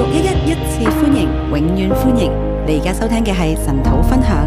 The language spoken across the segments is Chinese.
611一次歡迎，永遠歡迎！你而家收聽嘅係神土分享。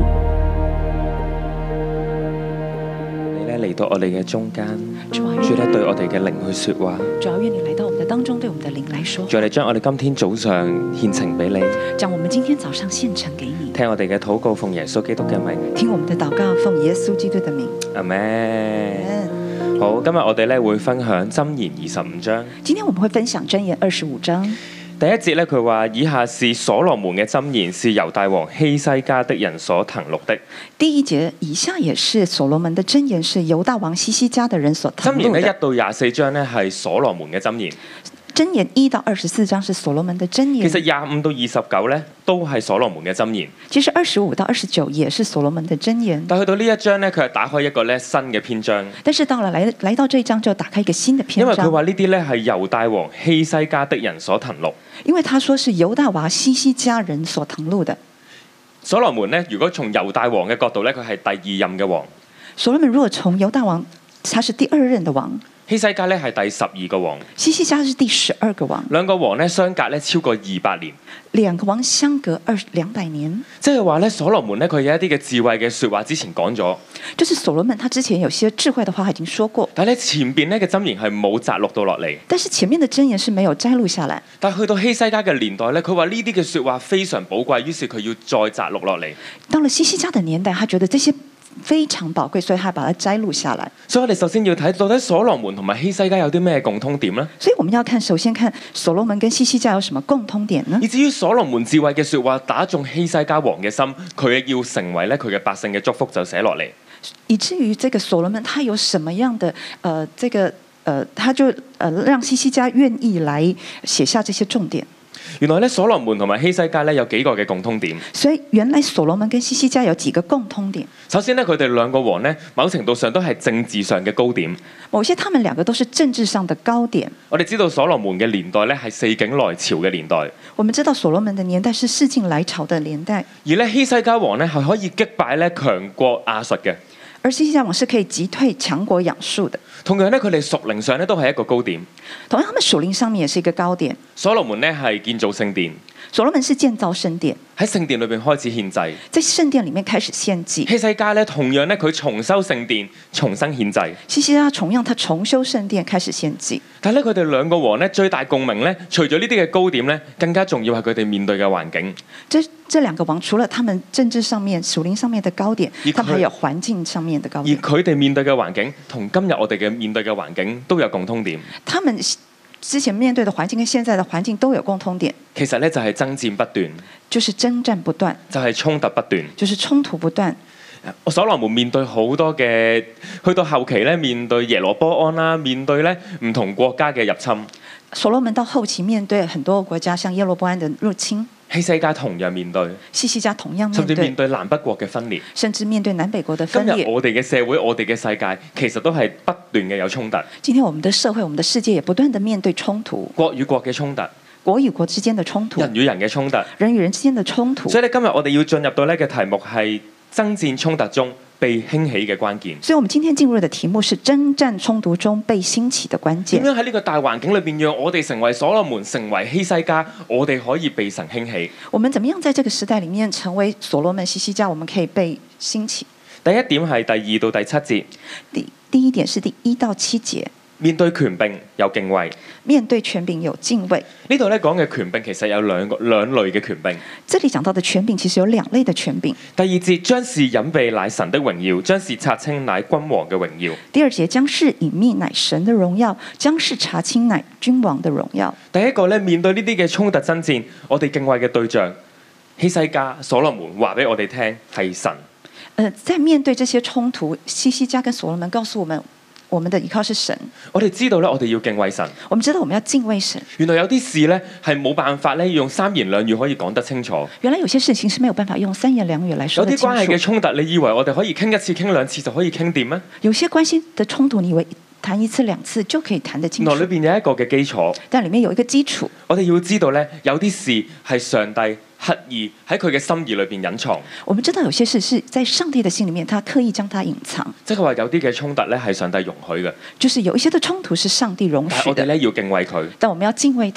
你咧嚟到我哋嘅中間， 主咧對我哋嘅靈去說話。 主要願你來到我們的當中，對我們的靈來說。 主，你將我哋今天早上獻呈俾你， 將我們今天早上獻呈給你。 聽我哋嘅禱告，奉耶穌基督嘅名。 聽我們的禱告，奉耶穌基督的名。 阿們。好，今日我哋咧會分享箴言25章。 今天我們會分享箴言25章。 第一節咧，佢話以下是所羅門嘅箴言，是猶大王希西家的人所謄錄的。 第一節以下也是所羅門的箴言，是猶大王希西家的人所謄錄的。 箴言咧1到24章咧係所羅門嘅箴言。 箴言1到24章是所羅門的箴言。 其實25到29咧都係所羅門嘅箴言。 其實25到29也是所羅門的箴言。 但去到呢一章咧，佢係打開一個咧新嘅篇章。 但是到了來到這一章就打開一個新的篇章。 因為佢話呢啲咧係猶大王希西家的人所謄錄。 因為他說是猶大王希西家人所謄錄的。 所羅門咧，如果從猶大王嘅角度咧，佢係第2任嘅王。 所羅門如果從猶大王，他是第2任的王。 希西家咧係第12個王， 希西家是第12個王， 兩個王咧相隔咧超過200年， 兩個王相隔200年， 即係話咧所羅門咧佢有一啲嘅智慧嘅說話之前講咗， 就是所羅門他之前有些智慧的話已經說過， 但係咧前邊咧嘅箴言係冇摘錄到落嚟， 但是前面的箴言是沒有摘錄下來， 但係去到希西家嘅年代咧，佢話呢啲嘅說話非常寶貴，於是佢要再摘錄落嚟。 到了希西家的年代，他覺得這些非常寶貴，所以他把它摘錄下來。 所以我哋首先要睇到底所羅門同埋希西家有啲咩共通點呢？ 所以我們要看，首先看所羅門跟希西家有什麼共通點呢？ 以至於所羅門智慧嘅說話打中希西家王嘅心，佢要成為咧佢嘅百姓嘅祝福就寫落嚟。 以至於這個所羅門他有什麼樣的他就讓希西家願意來寫下這些重點。 原來咧所羅門同埋希西家咧有幾個嘅共通點， 所以原來所羅門跟希西家有幾個共通點。 首先咧佢哋兩個王咧某程度上都係政治上嘅高點， 某些他們兩個都是政治上的高點。 我哋知道所羅門嘅年代咧係四境來朝嘅年代， 我們知道所羅門的年代是四境來朝的年代， 而咧希西家王咧係可以擊敗咧強國亞述嘅， 而希西家王是可以擊退強國亞述的。 同樣咧佢哋屬靈上咧都係一個高點， 同樣他們屬靈上面也是一個高點。 所羅門咧係建造聖殿， 所羅門是建造聖殿， 喺聖殿裏邊開始獻祭， 在聖殿裡面開始獻祭。 希西家咧同樣咧佢重修聖殿，重新獻祭。 希西家同樣他重修聖殿，開始獻祭。 但係咧佢哋兩個王咧最大共鳴咧，除咗呢啲嘅高點咧，更加重要係佢哋面對嘅環境。 這兩個王除了他們政治上面、屬靈上面的高點，他們還有環境上面的高點。 而佢哋面對嘅環境同今日我哋嘅面對嘅環境都有共通點。 他們之前面對的環境跟現在的環境都有共通點。 其實咧就係爭戰不斷， 就是征戰不斷， 就係衝突不斷， 就是衝突不斷。 所羅門面對好多嘅，去到後期咧面對耶羅波安啦，面對咧唔同國家嘅入侵。 所羅門到後期面對很多國家，像耶羅波安的入侵。 希西家同樣面對， 希西家同樣面對， 甚至面對南北國嘅分裂， 甚至面對南北國的分裂。 今日我哋嘅社會，我哋嘅世界，其實都係不斷嘅有衝突。 今天我們的社會，我們的世界也不斷的面對衝突， 國與國嘅衝突， 國與國之間的衝突， 人與人嘅衝突， 人與人之間的衝突。 所以咧，今日我哋要進入到呢個題目係爭戰衝突中被興起嘅關鍵。 所以我們今天進入的題目是征戰衝突中被興起的關鍵。 點樣喺呢個大環境裏邊，讓我哋成為所羅門，成為希西家，我哋可以被神興起？ 我們怎麼樣在這個時代裡面成為所羅門、希西家，我們可以被興起？ 第一點係第2到第7節。 第一點是第1到7節。 面對權柄有敬畏， 面對權柄有敬畏。 呢度咧講嘅權柄其實有兩類嘅權柄。 這裡講到的權柄其實有2類的權柄。 第2節將事隱秘乃神的榮耀，將事察清乃君王嘅榮耀。 第2節將事隱秘乃神的榮耀，將事察清乃君王的榮耀。 第一個咧面對呢啲嘅衝突爭戰，我哋敬畏嘅對象希西家、所羅門話俾我哋聽係神。 在面對這些衝突，希西家跟所羅門告訴我們的依靠是神。 我哋知道咧，我哋要敬畏神。 我們知道我們要敬畏神。 原來有啲事咧係冇辦法咧用3言2語可以講得清楚。 原來有些事情是沒有辦法用3言2語來說得清楚。 有啲關係嘅衝突，你以為我哋可以傾1次、傾2次就可以傾掂咩？ 有些關係的衝突，你以為談1次2次就可以談得清楚？ 原來裏邊有一個嘅基礎， 但裡面有一個基礎。 我哋要知道咧，有啲事係上帝刻意喺佢嘅心意裏邊隱藏。 我們知道有些事是在上帝的心裡面，他刻意將它隱藏。 即係話有啲嘅衝突咧係上帝容許嘅， 就是有一些的衝突是上帝容許的。 但係我哋咧要敬畏佢。 但我們要敬畏他。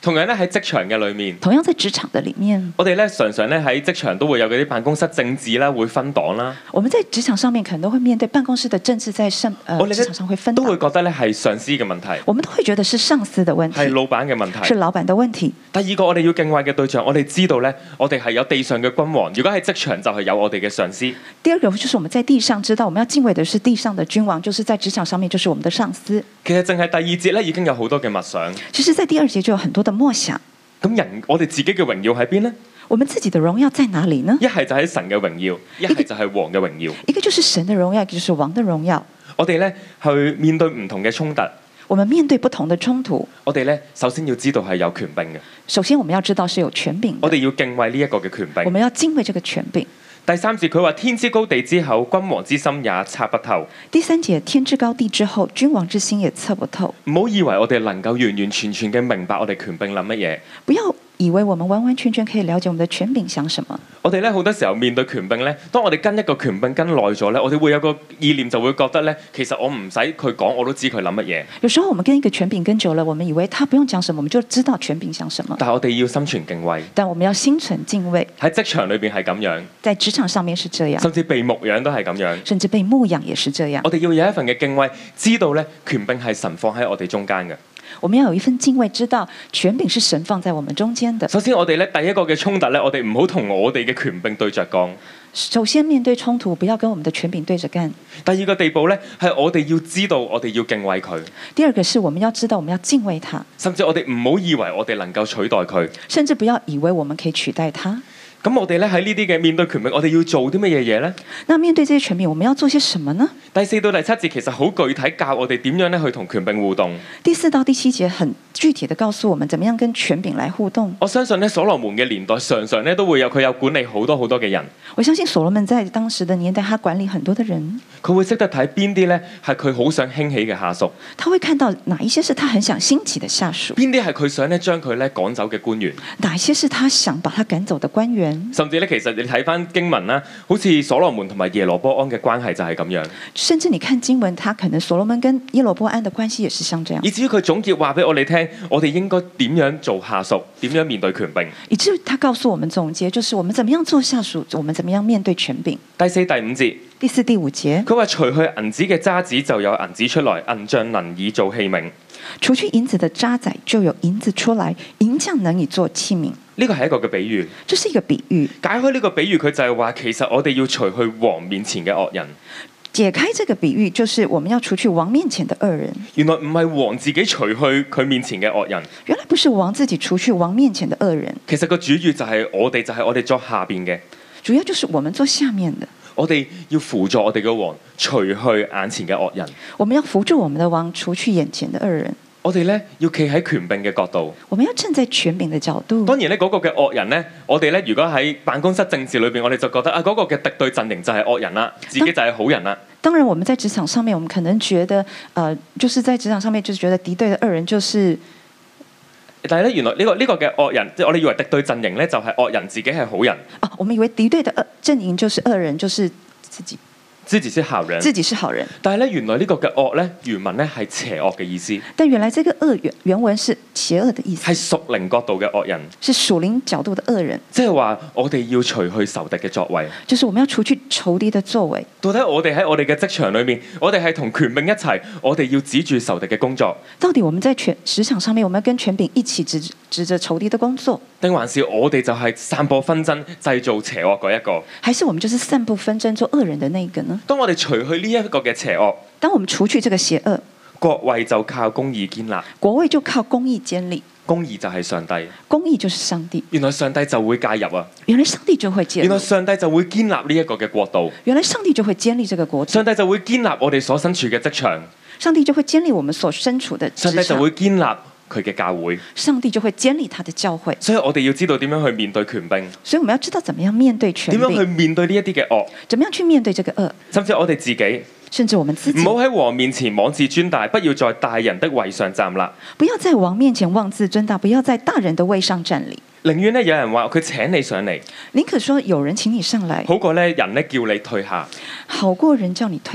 同樣咧喺職場嘅裏面， 同樣在職場的裡面， 我哋咧常常咧喺職場都會有嗰啲辦公室政治啦，會分黨啦。 我們在職場上面可能都會面對辦公室的政治，在我哋職場上會分都會黨， 覺得咧係上司嘅問題， 我們都會覺得是上司的問題， 係老闆嘅問題。 是老闆的問題。 第二個我哋要敬畏嘅對象，我哋知道咧，我哋係有地上嘅君王。如果喺職場就係有我哋嘅上司。 第二個就是我們在地上知道我們要敬畏的是地上的君王，就是在職場上面就是我們的上司。 其實淨係第二節咧已經有好多嘅默想。 其實，在第二節就有很多的默想。 咁我哋自己嘅榮耀喺邊呢？ 我們自己的榮耀在哪裡呢？ 一係就喺神嘅榮耀，一係就係王嘅榮耀。 一個就是神的榮耀，一個就是王的榮耀。 我哋咧去面對唔同嘅衝突， 我們面對不同的衝突， 我哋咧首先要知道係有權柄嘅。 首先我們要知道是有權柄的， 我哋要敬畏呢一個嘅權我柄。 們要敬畏這個權柄。 第三節佢話天之高地之厚，君王之心也測不透。 第三節天之高地之厚，君王之心也測不透。 唔好以為我哋能夠完完全全嘅明白我哋權柄諗乜嘢。 不要以為我們完完全全可以了解我們的權柄想什麼。 我哋咧好多時候面對權柄咧，當我哋跟一個權柄跟耐咗咧，我哋會有個意念就會覺得咧，其實我唔使佢講，我都知佢諗乜嘢。 有時候我們跟一個權柄跟久了，我們以為他不用講什麼，我們就知道權柄想什麼。 但係我哋要心存敬畏。 但我們要心存敬畏。 喺職場裏邊係咁樣， 在職場上面是這樣， 甚至被牧養都係咁樣。 甚至被牧養也是這樣。 我哋要有一份嘅敬畏，知道咧權柄係神放喺我哋中間嘅。 我們要有一份敬畏，知道權柄是神放在我們中間的。 首先我哋咧第一個嘅衝突咧，我哋唔好同我哋嘅權柄對着幹。 首先面對衝突，不要跟我們的權柄對着幹。 第二個地步咧，係我哋要知道，我哋要敬畏佢。 第二個是我們要知道，我們要敬畏他， 甚至我哋唔好以為我哋能夠取代佢。 甚至不要以為我們可以取代他。 咁我哋咧喺呢啲嘅面對權柄，我哋要做啲乜嘢嘢咧？ 那面對這些權柄，我們要做些什麼呢？ 第4到第7節其實好具體教我哋點樣咧去同權柄互動。 第4到第7節很具體的告訴我們，怎麼樣跟權柄來互動。 我相信咧，所羅門嘅年代常常咧都會有佢有管理好多嘅人。 我相信所羅門在當時的年代，他管理很多的人。 佢會識得睇邊啲咧係佢好想興起嘅下屬。 他會看到哪一些是他很想興起的下屬， 邊啲係佢想咧將佢咧趕走嘅官員。 哪一些是他想把他趕走的官員。 甚至咧，其實你睇翻經文啦，好似所羅門同埋耶羅波安嘅關係就係咁樣。 甚至你看經文，他可能所羅門跟耶羅波安的關係也是像這樣。 以至於佢總結話俾我哋聽，我哋應該點樣做下屬，點樣面對權柄。 以至於他告訴我們總結，就是我們怎麼樣做下屬，我們怎麼樣面對權柄。 第4、第5節， 第4、第5節， 佢話除去銀子嘅渣子，就有銀子出來，銀匠能以做器皿。 除去銀子的渣滓，就有銀子出來，銀匠能以做器皿。 呢個係一個嘅比喻， 這是一個比喻。 解開呢個比喻，佢就係話，其實我哋要除去王面前嘅惡人。 解開這個比喻，就是我們要除去王面前的惡人。 原來唔係王自己除去佢面前嘅惡人， 原來不是王自己除去王面前的惡人。 其實個主語就係我哋，就係我哋作下邊嘅。 主要就是我們做下面的。 我哋要輔助我哋嘅王，除去眼前嘅惡人。 我們要輔助我們的王，除去眼前的惡人。 我哋咧要企喺權柄嘅角度。 我們要站在權柄的角度。 當然咧，嗰個嘅惡人咧，我哋咧如果喺辦公室政治裏邊，我哋就覺得啊，嗰個嘅敵對陣營就係惡人啦，自己就係好人啦。 當然，我們在職場上面，我們可能覺得，就是在職場上面，就是覺得敵對的惡人就是。 但係咧，原來呢個嘅惡人，即係我哋以為敵對陣營咧，就係惡人自己係好人。 啊，我們以為敵對的陣營就是惡人，就是自己是好人， 自己是好人。 但係咧，原來呢個嘅惡咧，原文咧係邪惡嘅意思。 但原來這個惡原文是邪惡的意思， 係屬靈角度嘅惡人， 是屬靈角度的惡人。 即係話我哋要除去仇敵嘅作為， 就是我們要除去仇敵的作為。 到底我哋喺我哋嘅職場裏面，我哋係同權柄一齊，我哋要指住仇敵嘅工作。 到底我們在職場上面，我們要跟權柄一起指着仇敵的工作， 定還是我哋就係散播紛爭、製造邪惡嗰一個？ 還是我們就是散布紛爭、做惡人的那一個呢？ 當我哋除去呢一個嘅邪惡， 當我們除去這個邪惡， 國位就靠公義建立。 國位就靠公義建立。 公義就係上帝， 公義就是上帝。 原來上帝就會介入啊！ 原來上帝就會介入。 原來上帝就會建立呢一個嘅國度。 原來上帝就會建立這個國度。 上帝就會建立我哋所身處嘅職場。 上帝就會建立我們所身處的職場。 上帝就會建立佢嘅教會。 上帝就會建立他的教會。 所以我哋要知道點樣去面對權柄。 所以我們要知道怎麼樣面對權柄。 點樣去面對呢一啲嘅惡？ 怎麼樣去面對這個惡？ 甚至我哋自己。 甚至我們自己。 唔好喺王面前妄自尊大，不要在大人的位上站立。 不要在王面前妄自尊大，不要在大人的位上站立。 寧願咧有人話佢請你上嚟， 寧可說有人請你上來， 好過咧人咧叫你退下。 好過人叫你退下。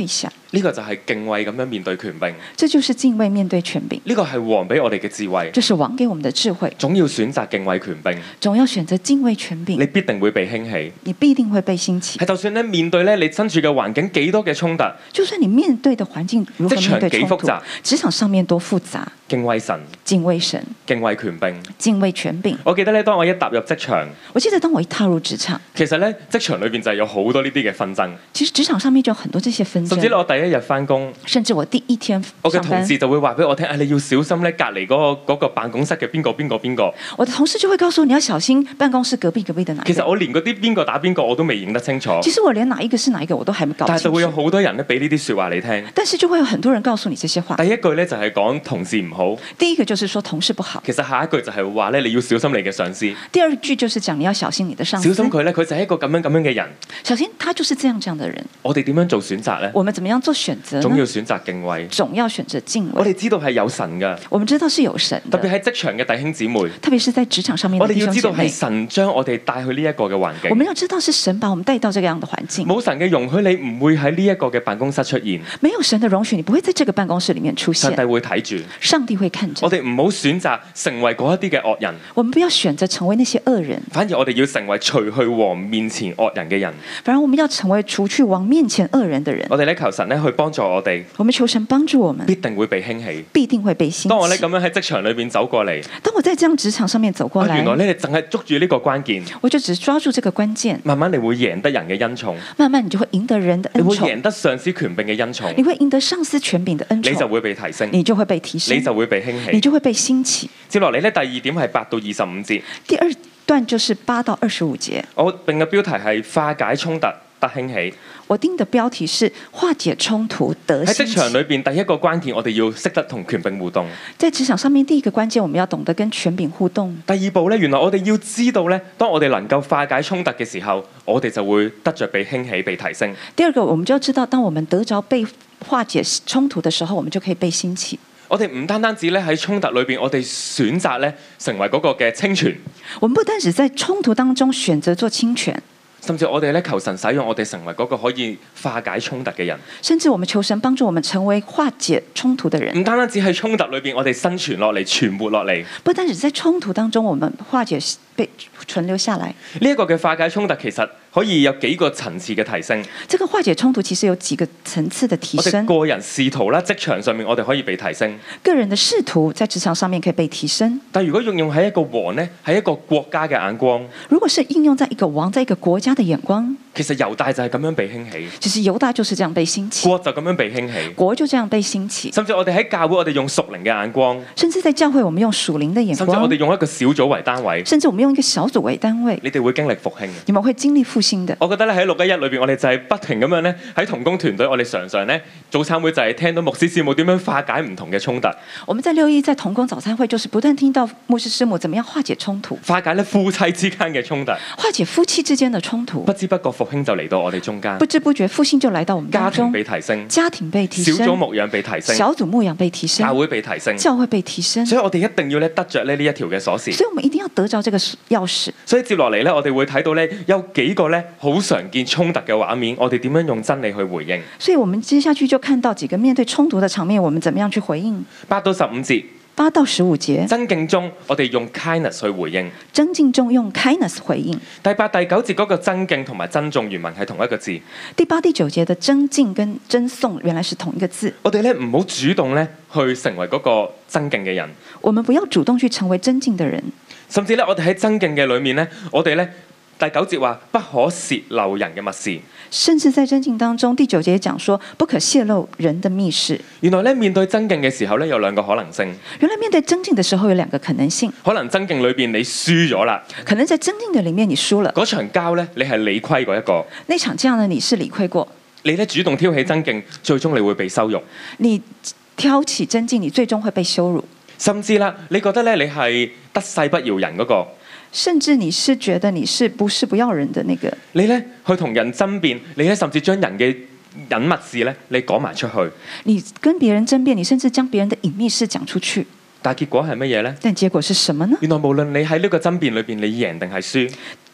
呢個就係敬畏咁樣面對權柄， 這就是敬畏面對權柄。 呢個係王俾我哋嘅智慧。 這是王給我們的智慧， 總要選擇敬畏權柄， 總要選擇敬畏權柄， 你必定會被興起。 你必定會被興起。 係就算咧面對咧你身處嘅環境幾多嘅衝突， 就算你面對的環境如何面對衝突， 職場幾複雜， 職場上面多複雜， 敬畏神， 敬畏神， 敬畏權柄。 敬畏權柄。 我記得咧，當我一踏入職場， 我記得當我一踏入職場， 其實咧職場裏邊就係有好多呢啲嘅紛爭。 其實職場上面就有很多這些紛爭。 甚至我第一日翻工， 甚至我第一天我嘅上班， 同事就會話俾我聽，你要小心咧隔離嗰個辦公室嘅邊個。 我的同事就會告訴我你要小心辦公室隔壁的哪一個。 其實我連嗰啲邊個打邊個我都未認得清楚。 其實我連哪一個是哪一個我都還沒搞清楚。 但係就會有好多人咧俾呢啲説話你聽。 但是就會有很多人告訴你這些話。 第一句咧就係講同事唔好。 第一個就是說同事不好。 其實下一句就係話咧你要小心你嘅上司。 第二句就是講你要小心你的上司。 小心佢咧，佢就係一個咁樣嘅人。 小心他就是這樣的人。 我哋點樣做選擇咧？ 我們怎麼樣做選擇呢？ 總要選擇敬畏。 總要選擇敬畏。 我哋知道係有神㗎。 我們知道是有神的。 特別喺職場嘅弟兄姊妹。 特別是在職場上面的弟兄姐妹。 我哋要知道係神將我哋帶去呢一個嘅環境。 我們要知道是神把我們帶到這個樣的環境。 冇神嘅容許，你唔會喺呢一個嘅辦公室出現。 沒有神的容許，你不會在這個辦公室裡面出現。 上帝會睇住。 上帝會看着。 我哋唔好選擇成為嗰一啲嘅惡人。 我們不要選擇成為那些惡人。 反而我哋要成為除去王面前惡人嘅人。 反而我們要成為除去王面前惡人的人。 我哋咧求神咧去幫助我哋。 我們求神幫助我們。 必定會被興起。 必定會被興起。 當我咧咁樣喺職場裏邊走過嚟。 當我在這樣職場上面走過來。 原來咧你淨係捉住呢個關鍵。 我就只抓住這個關鍵。 慢慢你會贏得人嘅恩寵。 慢慢你就會贏得人的恩寵。 你會贏得上司權柄嘅恩寵。 你會贏得上司權柄的恩寵。 你就會被提升。 你就會被提升。 你就會被興起。 你就會被興起。 接落嚟咧，第二點係8到25節。 第二段就是8到25節。 我定嘅標題係化解衝突得興起。 我定的標題是化解衝突得興起。喺職場裏邊，第一個關鍵，我哋要識得同權柄互動。 在職場上面，第一個關鍵，我們要懂得跟權柄互動。 第二步咧，原來我哋要知道咧，當我哋能夠化解衝突嘅時候，我哋就會得着被興起、被提升。 第二個，我們就要知道，當我們得着被化解衝突的時候，我們就可以被興起。 我哋唔單止咧喺衝突裏邊，我哋選擇咧成為嗰個嘅清泉。 我們不單止在衝突當中選擇做清泉。 甚至我哋咧求神使用我哋成為嗰個可以化解衝突嘅人。 甚至我們求神幫助我們成為化解衝突的人。 唔單止喺衝突裏邊，我哋生存落嚟、存活落嚟。 不單止在衝突當中，我們化解被存留下來。 呢一個嘅化解衝突其實可以有幾個層次嘅提升。 這個化解衝突其實有幾個層次的提升。 我哋個人仕途啦，職場上面我哋可以被提升。 個人的仕途在職場上面可以被提升。 但如果應用喺一個王呢，喺一個國家嘅眼光。 如果是應用在一個王，在一個國家的眼光。 其實猶大就係咁樣被興起。 其實猶大就是這樣被興起。 國就咁樣被興起。 國就這樣被興起。 甚至我哋喺教會，我哋用屬靈嘅眼光。 甚至在教會，我們用屬靈的眼光。 甚至我哋用一個小組為單位。 甚至我們用一個小組為單位。 你哋會經歷復興。 你們會經歷復興的。 我覺得咧喺611裏邊，我哋就係不停咁樣咧喺同工團隊，我哋常常咧早餐會就係聽到牧師師母點樣化解唔同嘅衝突。 我們在611在同工早餐會，就是不斷聽到牧師師母怎麼樣化解衝突。 化解咧夫妻之間嘅衝突。 化解夫妻之間的衝突。 不知不覺復興就嚟到我哋中間。 不知不覺復興就來到我們當中。 家庭被提升。 家庭被提升。 小組牧養被提升。 小組牧養被提升。 教會被提升。 教會被提升。 所以我哋一定要咧得着呢一條嘅鎖匙。 所以我們一定要得着這個鑰匙。 所以接落嚟咧，我哋會睇到咧有幾個咧好常見衝突嘅畫面，我哋點樣用真理去回應？ 所以我們接下去就看到幾個面對衝突的場面，我們怎麼樣去回應 ？8到15節。 8到15節。 爭競中，我哋用 kindness 去回應。 爭競中用 kindness 回應。 第8、第9節嗰個爭競同埋爭訟原文係同一個字。 第8、第9節的爭競跟爭訟原來是同一個字。 我哋咧唔好主動咧去成為嗰個爭競嘅人。 我們不要主動去成為爭競的人。 甚至咧，我哋喺爭競嘅裏面咧，我哋咧第9節話不可洩漏人嘅密事。 甚至在爭競當中，第9節講說不可洩漏人的密事。 原來咧面對爭競嘅時候咧，有兩個可能性。 原來面對爭競的時候有兩個可能性。 可能爭競裏邊你輸咗啦。 可能在爭競的裡面你輸了。 嗰場交咧，你係理虧嗰一個。 那場仗呢，你是理虧過。 你咧主動挑起爭競，最終你會被羞辱。 你挑起爭競，你最終會被羞辱。 甚至啦，你覺得咧你係得勢不饒人嗰個。 甚至你是覺得你是不要人的那個， 你咧去同人爭辯，你咧甚至將人嘅隱密事咧，你講埋出去。 你跟別人爭辯，你甚至將別人的隱密事講出去。 但結果係乜嘢咧？ 但結果是什麼呢？ 原來無論你喺呢個爭辯裏邊，你贏定係輸，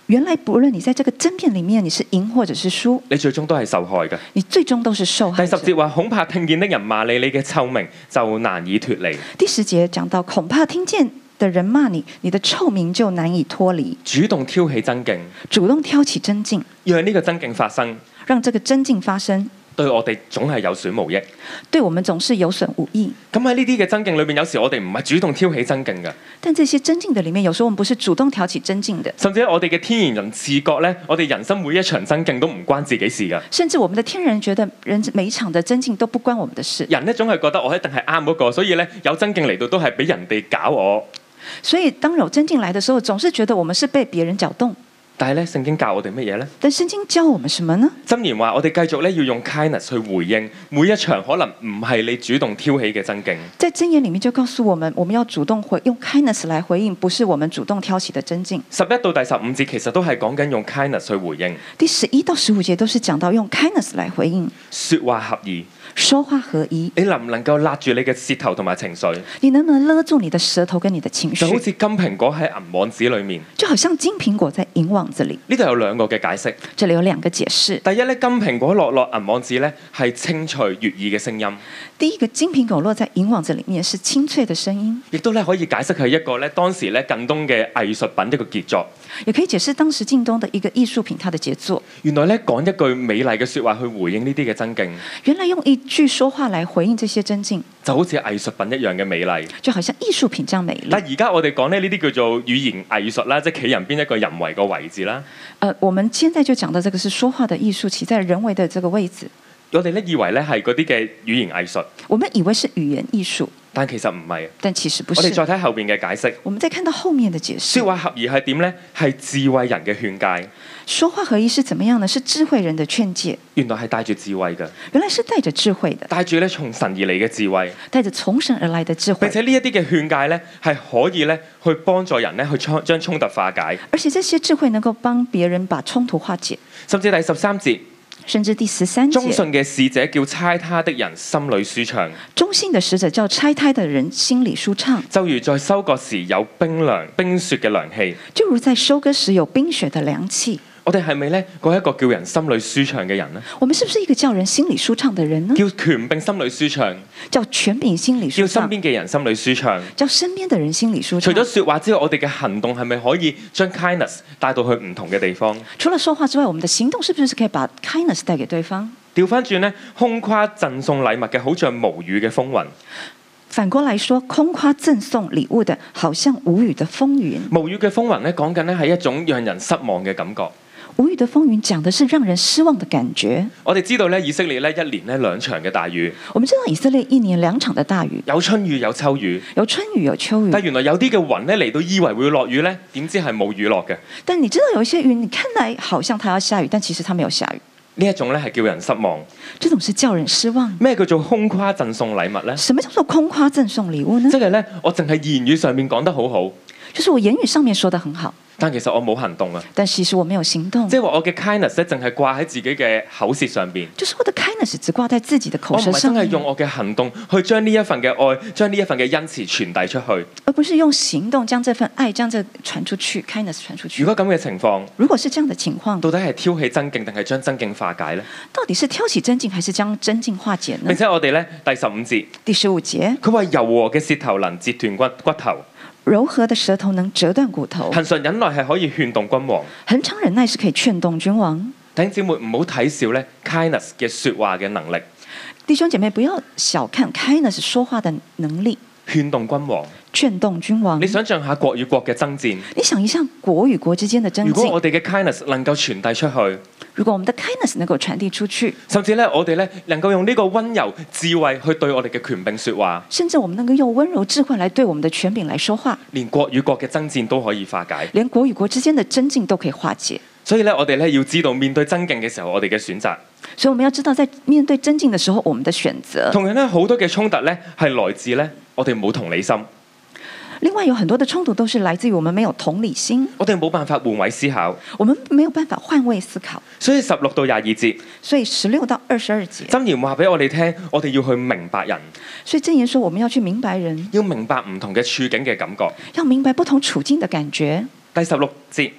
原來不論你在這個爭辯裡面你是贏或者是輸， 你最終都係受害嘅。 你最終都是受害者。 第10節話，恐怕聽見的人罵你，你嘅臭名就難以脫離。 第10節講到，恐怕聽見的人罵你，你的臭名就難以脫離。 主動挑起爭競， 主動挑起爭競， 讓呢個爭競發生， 讓這個爭競發生， 對我哋總係有損無益。 對我們總是有損無益。 咁喺呢啲嘅爭競裏面，有時我哋唔係主動挑起爭競嘅， 但這些爭競的裡面，有時候我們不是主動挑起爭競的， 甚至我哋嘅天然人自覺呢，我哋人生每一場爭競都唔關自己事㗎。 甚至我們的天然人覺得人每一場的爭競都不關我們的事。 人呢總係覺得我一定係啱嗰個，所以呢，有爭競嚟到都係俾人哋搞我。 所以當有爭競來的時候，總是覺得我們是被別人攪動。 但係咧，聖經教我哋乜嘢呢？ 但聖經教我們什麼呢？ 箴言話我哋繼續咧要用 kindness 去回應每一場可能唔係你主動挑起嘅爭競。 在箴言裡面就告訴我們，我們要主動用 kindness 來回應，不是我們主動挑起的爭競。 11到第15節其實都係講緊用 kindness 去回應。 第11到15節都是講到用 kindness 來回應， 說話合宜。 說話合宜， 你能唔能夠勒住你嘅舌頭同埋情緒？ 你能不能勒住你的舌頭跟你的情緒？ 就好似金蘋果喺銀網子裏面， 就好像金蘋果在銀網子裡。 呢度有兩個嘅解釋。 這裡有兩個解釋。 第一咧，金蘋果落銀網子咧係清脆悅耳嘅聲音。 第一個金蘋果落在銀網子裡面是清脆的聲音， 亦都咧可以解釋係一個咧當時咧近東嘅藝術品一個傑作。 也可以解釋當時近東的一個藝術品，它的傑作。 原來咧講一句美麗嘅説話去回應呢啲嘅爭競， 原來用一句說話來回應這些爭競， 就好似藝術品一樣嘅美麗， 就好像藝術品這樣美麗。 但而家我哋講咧呢啲叫做語言藝術啦，即係企人邊一個人為個位字啦。 我們現在就講到這個是說話的藝術，企在人為的這個位置。 我哋咧以為咧係嗰啲嘅語言藝術， 我們以為是語言藝術， 但其實唔係。 但其實不是。 我哋再睇後邊嘅解釋。 我們再看到後面的解釋。 説話合宜係點呢？係智慧人嘅勸誡。 說話合宜是怎麼樣呢？是智慧人的勸誡。 原來係帶住智慧嘅。 原來是帶着智慧的。 帶住咧從神而嚟嘅智慧。 帶着從神而來的智慧。 並且呢一啲嘅勸誡咧係可以咧去幫助人咧去將衝突化解。 而且這些智慧能夠幫別人把衝突化解。 甚至第13節。 甚至第13節， 忠信嘅使者叫差他的人心裏舒暢。 忠信的使者叫差他的人心裏舒暢。 就如在收割時有冰雪嘅涼氣。 就如在收割時有冰雪的涼氣。 我哋係咪呢嗰一個叫人心裏舒暢嘅人呢？ 我們是不是一個叫人心裏舒暢的人呢？ 叫權柄心裏舒暢。 叫權柄心裏舒暢。 叫身邊嘅人心裏舒暢。 叫身邊的人心裏舒暢。 除咗說話之外，我哋嘅行動係咪可以將 kindness 帶到去唔同嘅地方？ 除了說話之外，我們的行動是不是可以把 kindness 帶給對方？ 調翻轉呢，空誇贈送禮物嘅，好像無雨嘅風雲。 反過來說，空誇贈送禮物的，好像無雨的風雲。 無雨嘅風雲咧，講緊咧係一種讓人失望嘅感覺。 無雨的風雲講的是讓人失望的感覺。 我哋知道咧，以色列咧一年咧2場嘅大雨。 我們知道以色列一年2場的大雨， 有春雨有秋雨。 有春雨有秋雨。 但原來有啲嘅雲咧嚟到以為會落雨咧，點知係冇雨落嘅。 但你知道有一些雲，你看來好像它要下雨，但其實它沒有下雨。 呢一種咧係叫人失望。 這種是叫人失望。 咩叫做空誇贈送禮物咧？ 什麼叫做空誇贈送禮物呢？ 即係咧，我淨係言語上面講得好好， 就是我言語上面說得很好。 但其實我冇行動啊！ 但其實我沒有行動。 即係話我嘅 kindness 咧，淨係掛喺自己嘅口舌上邊。 就是我的 kindness 只掛在自己的口舌上面。 我唔係真係用我嘅行動去將呢一份嘅愛，將呢一份嘅恩慈傳遞出去。 而不是用行動將這份愛將這傳出去 ，kindness 傳出去。 如果咁嘅情況， 如果是這樣的情況， 到底係挑起爭競定係將爭競化解呢？ 到底是挑起爭競還是將爭競化解呢？ 並且我哋咧第15節， 第15節， 佢話柔和嘅舌頭能折斷骨頭。 柔和的舌頭能折斷骨頭， 恆常忍耐係可以勸動君王， 恆常忍耐是可以勸動君王。 弟兄姊妹唔好睇小咧 kindness 嘅説話嘅能力。 弟兄姐妹不要小看 kindness 說話的能力， 勸動君王。 勸動君王。 你想象下國與國嘅爭戰， 你想一下國與國之間的爭戰。 如果我哋嘅 kindness 能夠傳遞出去， 如果我們的 kindness 能夠傳遞出去， 甚至咧我哋咧能夠用呢個溫柔智慧去對我哋嘅權柄説話， 甚至我們能夠用溫柔智慧來對我們的權柄來說話， 連國與國嘅爭戰都可以化解， 連國與國之間的爭競都可以化解。 所以咧，我哋咧要知道面對爭競嘅時候，我哋嘅選擇。 所以我們要知道，在面對爭競的時候，我們的選擇。 同樣咧，好多嘅衝突咧係來自咧我哋冇同理心。 另外有很多的衝突都是來自於我們沒有同理心， 我哋冇辦法換位思考， 我們沒有辦法換位思考。 所以16到22節， 所以16到22節， 箴言話俾我哋聽，我哋要去明白人。 所以箴言說我們要去明白人， 要明白唔同嘅處境嘅感覺， 要明白不同處境的感覺。 第16節，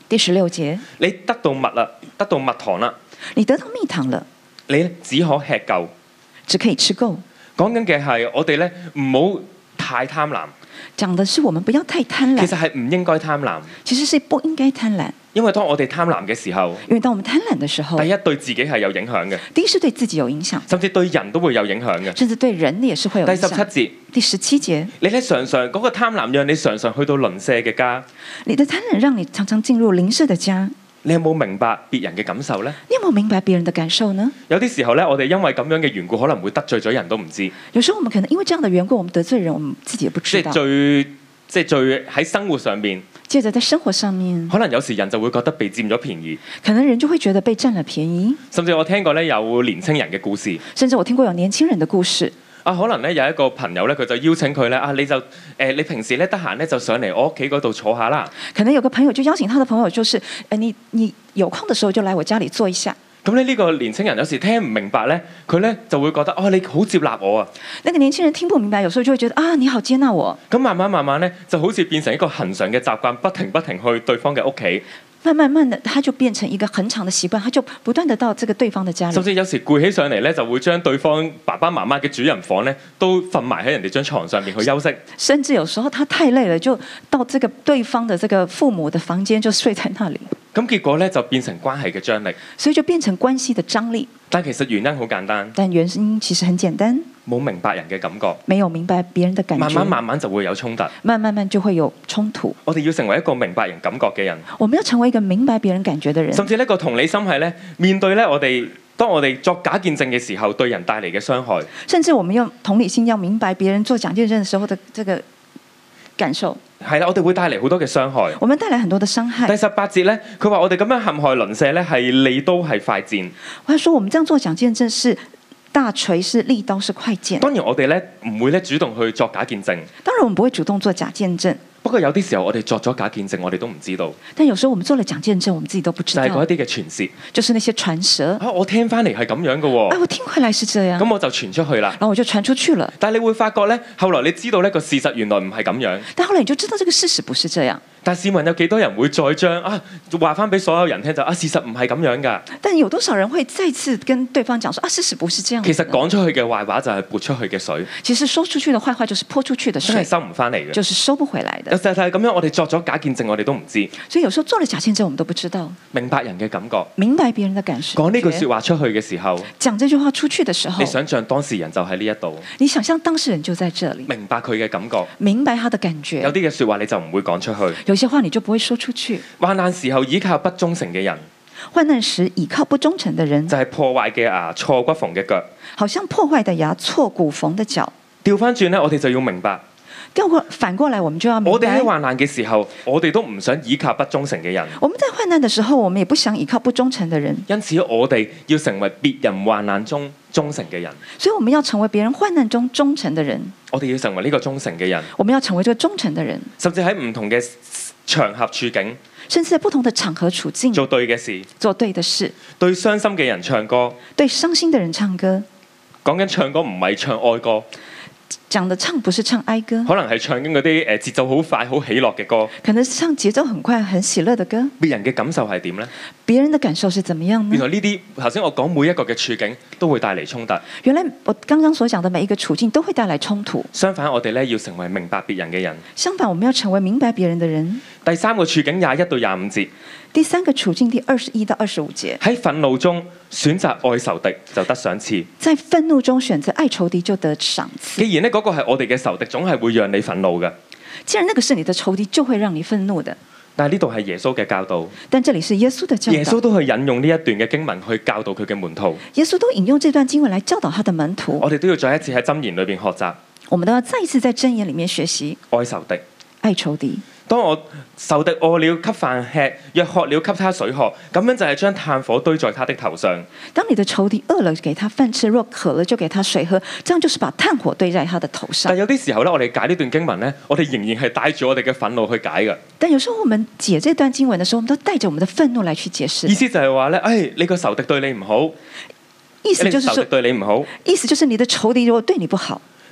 第16節， 你得到蜜啦，得到蜜糖啦， 你得到蜜糖了， 你咧只可吃夠。 只可以吃夠。 講緊嘅係我哋咧唔好太貪婪， 講的是我們不要太貪婪， 其實係唔應該貪婪， 其實是不應該貪婪。 因為當我哋貪婪嘅時候， 因為當我們貪婪的時候， 第一對自己係有影響嘅， 第一是對自己有影響， 甚至對人都會有影響嘅。 甚至對人也是會有影第17 響。 節， 第17節， 你咧常常嗰個貪婪讓你常常去到鄰舍嘅家， 你的貪婪讓你常常進入鄰舍的家。 你有冇明白別人嘅感受呢？ 你有冇明白別人的感受呢？ 有啲時候咧，我哋因為咁樣嘅緣故，可能會得罪咗人都唔知。 有時候我們可能因為這樣的緣故，我們得罪人，我們自己也不知道。 即係最喺生活上面， 接着在生活上面， 可能有時人就會覺得被佔咗便宜， 可能人就會覺得被佔了便宜。 甚至我聽過咧有年青人嘅故事， 甚至我聽過有年輕人的故事。 可能咧有一個朋友咧，佢就邀請佢咧你平時咧得閒咧就上嚟我屋企嗰度坐下啦。 可能有個朋友就邀請他的朋友，就是你有空的時候就來我家裡坐一下。 咁呢個年青人有時聽唔明白咧，佢咧就會覺得你好接納我啊。 那個年輕人聽不明白，有時候就會覺得你好接納我。 咁慢慢咧就好似變成一個恆常嘅習慣，不停去對方嘅屋企。 慢慢的，他就變成一個很長的習慣，他就不斷的到這個對方的家裡。 甚至有時攰起上嚟咧，就會將對方爸爸媽媽嘅主人房咧，都瞓埋喺人哋張床上面去休息。 甚至有時候他太累了，就到這個對方的這個父母的房間就睡在那裡。 咁結果咧就變成關係嘅張力， 所以就變成關係的張力。 但其實原因好簡單， 但原因其實很簡單， 冇明白人嘅感覺， 沒有明白別人的感覺， 慢慢就會有衝突， 慢就會有衝突。 我哋要成為一個明白人感覺嘅人， 我們要成為一個明白別人感覺的人， 甚至呢個同理心係咧，面對咧當我哋作假見證嘅時候，對人帶嚟嘅傷害， 甚至我們用同理心要明白別人做假見證的時候的這個感受。 係啦，我哋會帶嚟好多嘅傷害。 我們帶來很多的傷害。 第18節咧，佢話我哋咁樣陷害鄰舍咧，係利刀係快箭。 我係說，我們這樣做假見證是大錘，是利刀，是快箭。 當然我哋咧唔會咧主動去作假見證。 當然我們不會主動做假見證。 不過有啲時候我哋作咗假見證，我哋都唔知道。 但有時候我們做了假見證，我們自己都不知道。 就係嗰一啲嘅傳説， 就是那些傳舌。 我聽翻嚟係咁樣嘅喎。 我聽回來是這樣。 咁我就傳出去啦。 然後我就傳出去了。 但係你會發覺咧，後來你知道呢個事實原來唔係咁樣。 但後來你就知道這個事實不是這樣。 但市民有幾多人會再將話翻俾所有人聽就事實唔係咁樣㗎？ 但有多少人會再次跟對方講說事實不是這樣？ 其實講出去嘅壞話就係潑出去嘅水。 其實說出去的壞話就是潑出去的水， 真係收唔翻嚟嘅， 就是收不回來的。 有時候係咁樣，我哋作咗假見證，我哋都唔知。 所以有時候做了假見證，我們都不知道。 明白人嘅感覺， 明白別人的感受。 講呢句説話出去嘅時候， 講這句話出去的時候， 你想象當事人就喺呢一度， 你想象當事人就在這裡， 明白佢嘅感覺， 明白他的感覺。 有啲嘅説話你就唔會講出去， 有些話你就不會說出去。 患難時候倚靠不忠誠嘅人， 患難時倚靠不忠誠的人， 就係破壞嘅牙錯骨縫嘅腳， 好像破壞的牙錯骨縫的腳。 調翻轉咧，我哋就要明白。 反過來，我們就要明白。 我哋喺患難嘅時候，我哋都唔想倚靠不忠誠嘅人。 我們在患難的時候，我們也不想倚靠不忠誠的人。 因此，我哋要成為別人患難中忠誠嘅人。 所以，我們要成為別人患難中忠誠的人。 我哋要成為呢個忠誠嘅人。 我們要成為這個忠誠的人。 甚至喺唔同嘅場合處境， 甚至在不同的場合處境， 做對嘅事， 做對的事， 對傷心嘅人唱歌， 對傷心的人唱歌。 講緊唱歌唔係唱哀歌。 講的唱不是唱哀歌， 可能係唱緊嗰啲節奏好快、好喜樂嘅歌。 可能是唱節奏很快、很喜樂的歌。 別人嘅感受係點呢？ 別人的感受是怎麼樣呢？ 原來呢啲頭先我講每一個嘅處境都會帶嚟衝突。 原來我剛剛所講的每一個處境都會帶來衝突。 相反，我哋咧要成為明白別人嘅人。 相反，我們要成為明白別人的人。 第三個處境21到25節。 第三個處境第21到25節。 喺憤怒中選擇愛仇敵就得賞賜。 在憤怒中選擇愛仇敵就得賞賜。 既然呢嗰個係我哋嘅仇敵，總係會讓你憤怒嘅。 既然那個是你的仇敵，就會讓你憤怒的。 但係呢度係耶穌嘅教導。 但這裡是耶穌的教導。 耶穌都去引用呢一段嘅經文去教導佢嘅門徒。 耶穌都引用這段經文來教導他的門徒。 我哋都要再一次喺箴言裏邊學習。 我們都要再一次在箴言裡面學習愛仇敵， 愛仇敵。 當我仇敵餓了給飯吃，若渴了給他水喝，咁樣就係將炭火堆在他的頭上。 當你的仇敵餓了，給他飯吃；若渴了，就給他水喝。這樣就是把炭火堆在他的頭上。 但有啲時候咧，我哋解呢段經文咧，我哋仍然係帶住我哋嘅憤怒去解嘅。 但有時候我們解這段經文的時候，我們都帶着我們的憤怒來去解釋。 意思就係話咧，你個仇敵對你唔好， 意思就是說仇敵對你唔好， 意思就是你的仇敵如果對你不好。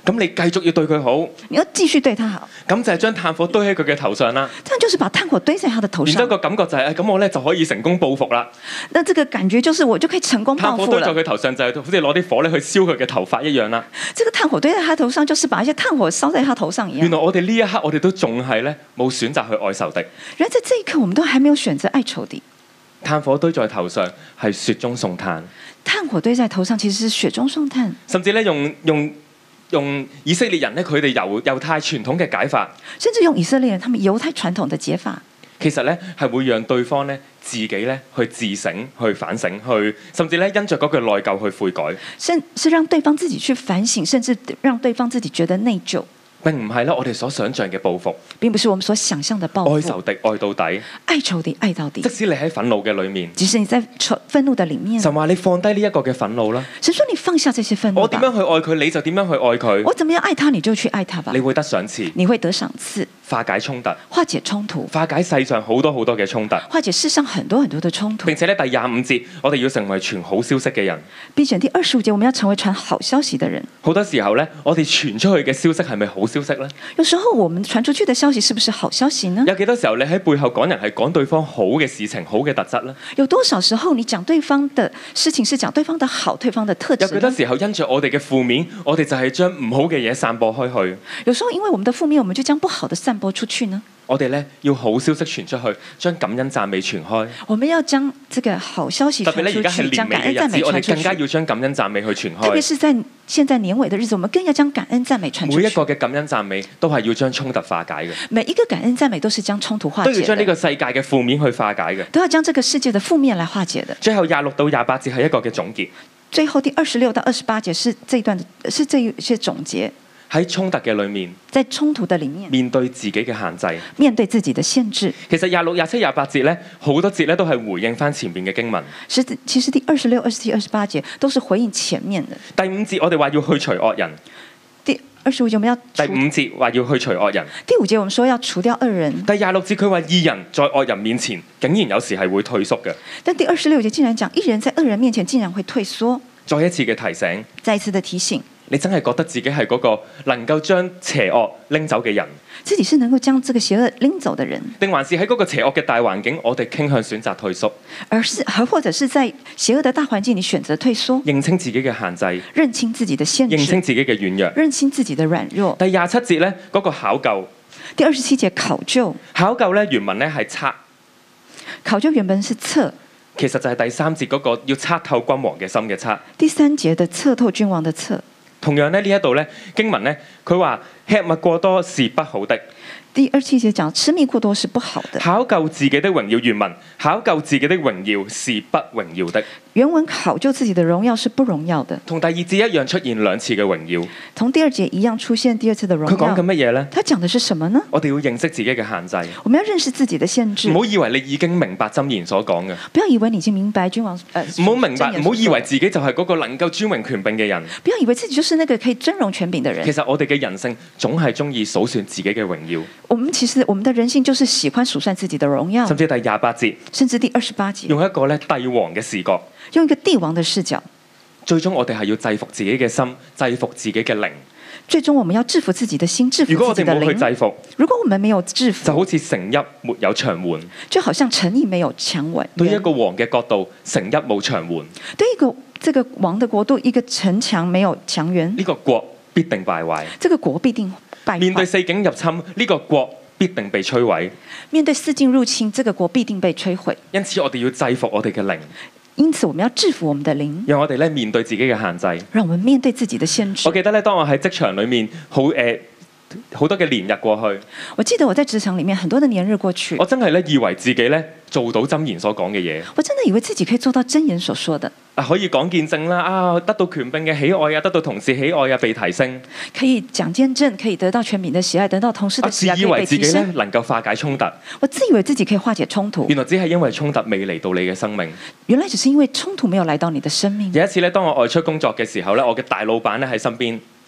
咁你繼續要對佢好， 你要繼續對他好， 咁就係將炭火堆喺佢嘅頭上啦。 這樣就是把炭火堆在他的頭上。 然之後個感覺就係、咁我咧就可以成功報復啦。 那這個感覺就是我就可以成功報復炭火堆在了。 佢頭上就係好似攞啲火咧去燒佢嘅頭髮一樣啦。 這個炭火堆在他頭上，就是把一些炭火燒在他頭上一樣。 原來我哋呢一刻我哋都仲係咧冇選擇去愛仇敵。 原來在這一刻，我們都還沒有選擇愛仇敵。 炭火堆在頭上係雪中送炭， 炭火堆在頭上其實是雪中送炭。 甚至咧用以色列人咧佢哋猶太傳統嘅解法， 甚至用以色列人他們猶太傳統的解法， 其實咧係會讓對方咧自己咧去自省、去反省、甚至咧因着嗰句內疚去悔改， 是讓對方自己去反省，甚至讓對方自己覺得內疚。 並唔係咧我哋所想象嘅報復。 並不是我們所想象的報復。 愛仇敵愛到底， 愛仇敵愛到底。 即使你喺憤怒嘅裏面， 即使你在憤怒的裡面， 神話你放低呢一個嘅憤怒啦。 神說你放下這些憤怒吧。 我點樣去愛佢，你就點樣去愛佢。 我怎麼樣愛他，你就去愛他吧。 你會得賞賜， 你會得賞賜， 化解衝突， 化解衝突， 化解世上好多好多嘅衝突， 化解世上很多很多的衝突。 並且咧第25節，我哋要成為傳好消息嘅人。 並且第25節，我們要成為傳好消息的人。 好多時候咧，我哋傳出去嘅消息係咪好消息呢？ 有時候我們傳出去的消息是不是好消息呢？ 有幾多時候你喺背後講人係講對方好嘅事情、好嘅特質呢？ 有多少時候你講對方的事情是講對方的好、對方的特質呢？ 有幾多時候因着我哋嘅負面，我哋就係將唔好嘅嘢散播開去。 有時候因為我們的負面，我們就將不好的散播出去呢？ 我哋咧要好消息傳出去，將感恩讚美傳開。 我們要將這個好消息傳出去， 特別咧而家係年尾嘅日子，我哋更加要將感恩讚美去傳開。 特別是在現在年尾的日子，我們更要將感恩讚美傳出去。 每一個嘅感恩讚美都係要將衝突化解嘅。 每一個感恩讚美都是將衝突化解的， 都要將呢個世界嘅負面去化解嘅。 都要將這個世界的負面來化解的。 最後26到28節係一個嘅總結。 最後第26到28節是這一段是這一些總結。 喺衝突嘅裏面， 在衝突的裡面， 面對自己嘅限制， 面對自己的限制。 其實26、27、28節咧，好多節咧都係回應翻前面嘅經文。 其實第26、27、28節都是回應前面的。 第5節我哋話要去除惡人。 第25節我們要第5節話要去除惡人。 第5節我們說要除掉惡人。 第26節佢話義人在惡人面前竟然有時係會退縮嘅。 但第26節竟然講義人在惡人面前竟然會退縮。 再一次嘅提醒， 再一次的提醒。 你真係覺得自己係嗰個能夠將邪惡拎走嘅人？ 自己是能夠將這個邪惡拎走的人， 定還是喺嗰個邪惡嘅大環境，我哋傾向選擇退縮？ 或者是在邪惡的大環境，你選擇退縮？ 認清自己嘅限制， 認清自己的限制， 認清自己嘅軟弱， 認清自己的軟弱。 第27節咧，嗰個考究。 第27節考究。考究咧原文咧係測。 考究原本是測。 其實就係第3節嗰個要測透君王嘅心嘅測。 第3節的測透君王的測。 同樣咧呢一度咧經文咧，佢話吃物過多是不好的。 第27節講吃蜜過多是不好的。 考究自己的榮耀，原文考究自己的榮耀是不榮耀的。 原文考究自己的榮耀是不榮耀的。 同第2節一樣出現2次嘅榮耀。 同第2節一樣出現第2次的榮耀。 佢講緊乜嘢呢？ 他講的是什麼呢？ 我哋要認識自己嘅限制。 我們要認識自己的限制。 唔好以為你已經明白箴言所講嘅。 不要以為你已經明白君王唔好明白，唔好以為自己就係嗰個能夠尊榮權柄嘅人。 不要以為自己就是那個可以尊榮權柄的人。 其實我哋嘅人性總係中意數算自己嘅榮耀。 我們的人性就是喜歡數算自己的榮耀。 甚至第28節， 甚至第28節， 用一個咧帝王嘅視角， 用一個帝王的視角。 最終我哋係要制服自己嘅心，制服自己嘅靈。 最終我們要制服自己的心，制服自己的靈。如果我哋冇去制服，如果我們沒有制服， 就好似城邑沒有牆垣， 就好像城邑沒有牆垣。 對一個王嘅角度，城邑冇牆垣。 對一個這個王的國度，一個城牆沒有牆垣， 呢個國必定敗壞。 這個國必定敗壞。 面對四境入侵，呢個國必定被摧毀。 面對四境入侵，這個國必定被摧毀。 因此我哋要制服我哋嘅靈。 因此我們要制服我們的靈， 讓我哋咧面對自己嘅限制。 讓我們面對自己的限制。 我記得咧，當我喺職場裏面好多嘅年日過去， 我記得我在職場裡面很多的年日過去， 我真係咧以為自己咧做到箴言所講嘅嘢。 我真的以為自己可以做到箴言所說的。 可以講見證啦，得到權柄嘅喜愛啊，得到同事喜愛啊，被提升。 可以講見證，可以得到權柄的喜愛，得到同事的喜愛， 自以為自己咧能夠化解衝突。 我自以為自己可以化解衝突。 原來只係因為衝突未嚟到你嘅生命。 原來只是因為衝突沒有來到你的生命。 有一次咧，當我外出工作嘅時候咧，我嘅大老闆咧喺身邊。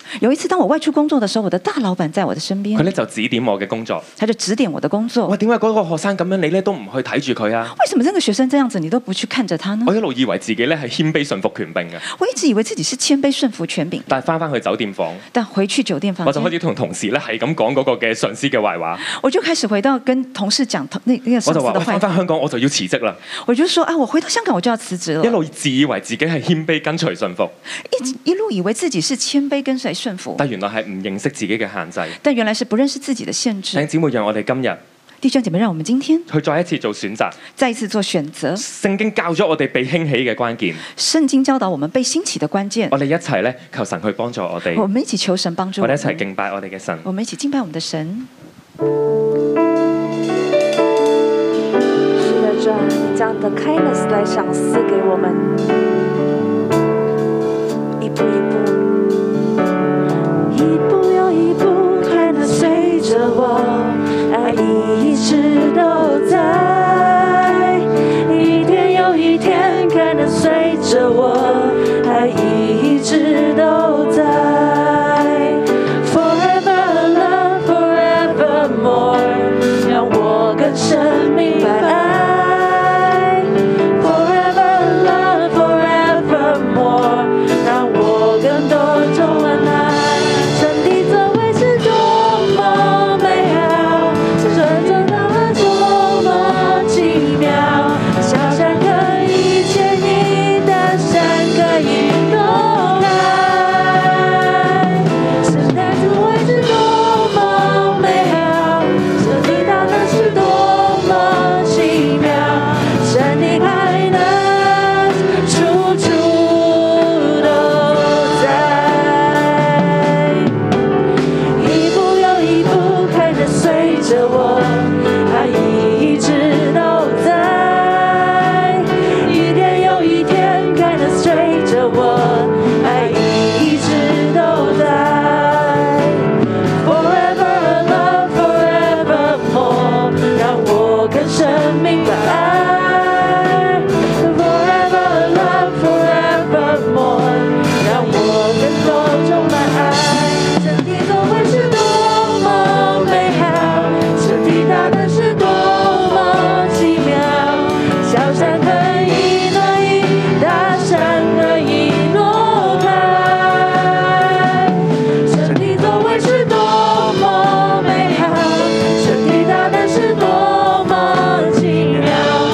有一次，當我外出工作的時候，我的大老闆在我的身邊佢，咧就指點我嘅工作。 他就指點我的工作。 喂，點解嗰個學生咁樣你咧都唔去睇住佢啊？ 為什麼這個學生這樣子，你都不去看着他呢我？一路以為自己咧係謙卑順服權柄嘅， 我一直以為自己是謙卑順服權柄， 但係翻去酒店房， 但回去酒店房我就開間， 始同同事咧係咁講嗰個嘅上司嘅壞話。 我就開始回到跟同事講那個我就話我上司的壞話。 翻香港我就要辭職啦， 我就說啊，我回到香港我就要辭職了。 一路自以為自己係謙卑跟隨順服， 一路以為自己是謙卑跟隨順服， 但原來係唔認識自己嘅限制。 但原來是不認識自己的限弟兄制。 姊妹，讓我哋今日弟兄姐妹，讓我們今天去再一次做選擇。 再一次做選擇。 聖經教咗我哋被興起嘅關鍵， 聖經教導我們被興起的關鍵， 我哋一齊咧求神去幫助我哋， 我們一起求神幫助我哋我們， 一齊敬拜我哋嘅神。 我們一起敬拜我們的神。 是的，主啊，你將你的 kindness 來賞賜給我們，一步一步，一步又一步，kindness隨着我，愛一直都在，一天又一天，kindness隨着我，愛一直都在。Forever love, forevermore，讓我更深明白愛。Forever love, forevermore，讓我更多充滿愛。神的作為是多麼美好，是神做到了多麼奇妙，小山可以牽引，大山可以挪開。神的作為是多麼美好，神的大能是多麼奇妙，神的愛能處處都在。一步又一步，看着隨着我，愛一直都在。一天又一天，看着隨着我，愛一直都在。Forever love, forevermore，讓我更深明白愛。Forever love, forevermore，讓我更多充滿愛。神的作為是多麼美好，神的大能是多麼奇妙，小山可以挪移，大山可以挪開。神的作為是多麼美好，神的大能是多麼奇妙，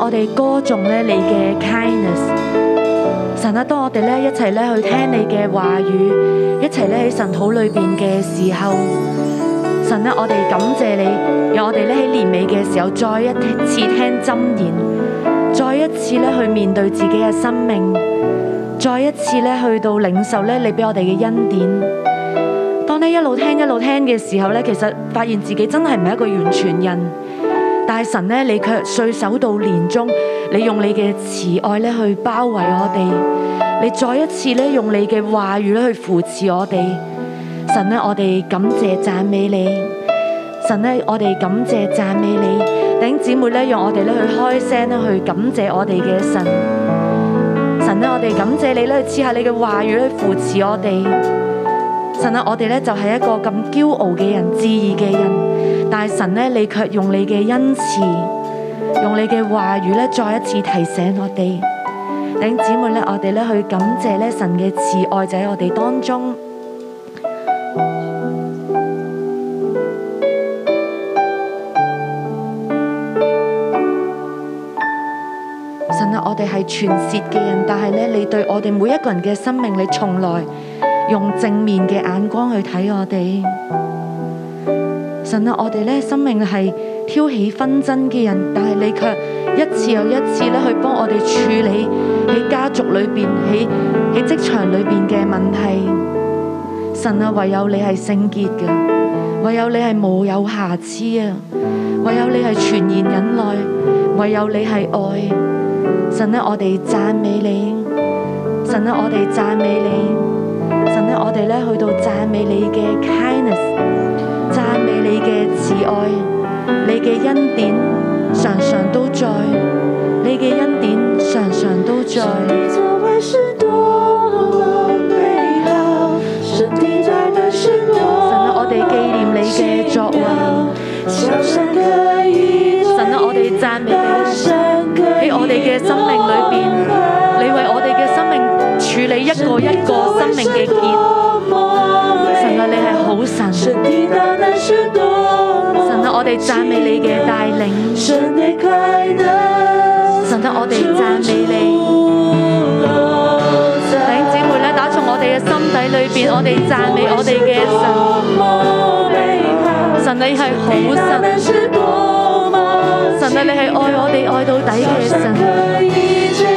我哋歌頌咧你嘅 kindness。神啊，當我哋咧一齊咧去聽你嘅話語，一齊咧喺神土裏邊嘅時候，神咧我哋感謝你，讓我哋咧喺年尾嘅時候再一次聽箴言，再一次咧去面對自己嘅生命，再一次咧去到領受咧你俾我哋嘅恩典。當你一路聽嘅時候咧，其實發現自己真係唔係一個完全人，但係神咧你卻歲首到年終，你用你嘅慈愛咧去包圍我哋，你再一次咧用你嘅話語咧去扶持我哋。神咧我哋感謝讚美你，神咧我哋感謝讚美你。弟兄姊妹咧，讓我哋咧去開聲咧去感謝我哋嘅神。神咧我哋感謝你咧，賜下你嘅話語咧扶持我哋。神啊，我哋咧就係一個咁驕傲嘅人、自義嘅人，但係神咧，你卻用你嘅恩慈，用你嘅話語咧，再一次提醒我哋。弟兄姊妹咧，我哋咧去感謝咧神嘅慈愛就喺我哋當中。神啊，我哋係傳舌嘅人，但係咧，你對我哋每一個人嘅生命，你從來用正面嘅眼光去睇我哋。神啊，我哋咧生命係挑起紛爭嘅人，但係你卻一次又一次咧去幫我哋處理喺家族裏邊、喺職場裏邊嘅問題。神啊，唯有你係聖潔嘅，唯有你係無有瑕疵啊，唯有你係全然忍耐，唯有你係愛。神啊，我哋讚美你，神啊，我哋讚美你。神咧，我哋咧去到讚美你嘅 kindness， 讚美你嘅慈愛，你嘅恩典常常都在，你嘅恩典常常都在。神的作為是多麼美好，神的在的是多麼。神啊，我哋紀念你嘅作為。神啊，我哋讚美你，喺我哋嘅生命裏邊，你為我哋嘅生命處理一個一個生命嘅結。神啊，你係好神。神啊，我哋讚美你嘅帶領。神啊，我哋讚美你。弟兄姊妹咧，打從我哋嘅心底裏邊，我哋讚美我哋嘅神。神，你係好神。神啊，你係愛我哋愛到底嘅神。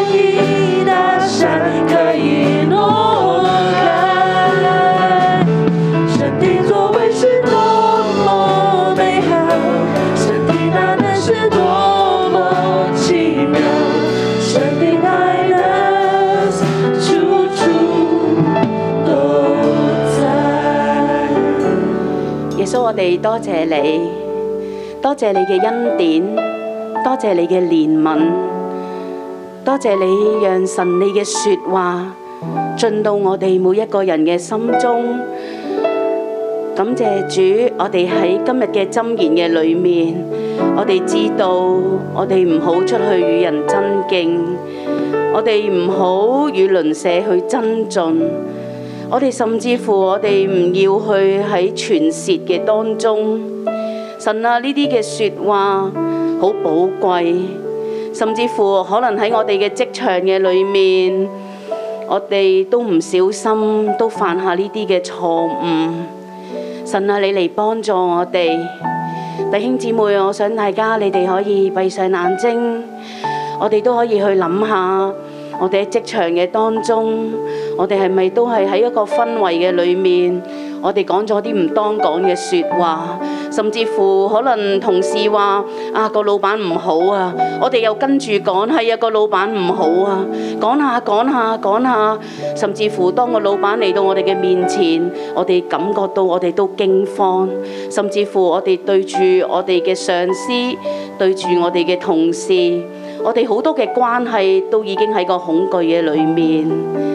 耶穌，我哋多謝你，多謝你嘅恩典，多謝你嘅憐憫，多謝你讓神你嘅說話進到我哋每一個人嘅心中。感謝主，我哋喺今日嘅箴言嘅裏面，我哋知道我哋唔好出去與人爭競，我哋唔好與鄰舍去爭進。我哋甚至乎我哋唔要去喺傳舌嘅當中，神啊，呢啲嘅說話好寶貴，甚至乎可能喺我哋嘅職場嘅裏面，我哋都唔小心都犯下呢啲嘅錯誤。神啊，你嚟幫助我哋，弟兄姊妹，我想大家你哋可以閉上眼睛，我哋都可以去諗下。我哋喺職場嘅當中，我哋係咪都係喺一個氛圍嘅裏面，我哋講咗啲唔當講嘅說話，甚至乎可能同事話啊個老闆唔好啊，我哋又跟住講係啊個老闆唔好啊，講下，甚至乎當個老闆嚟到我哋嘅面前，我哋感覺到我哋都驚慌，甚至乎我哋對住我哋嘅上司，對住我哋嘅同事。我哋好多嘅關係都已經喺個恐懼嘅裏面，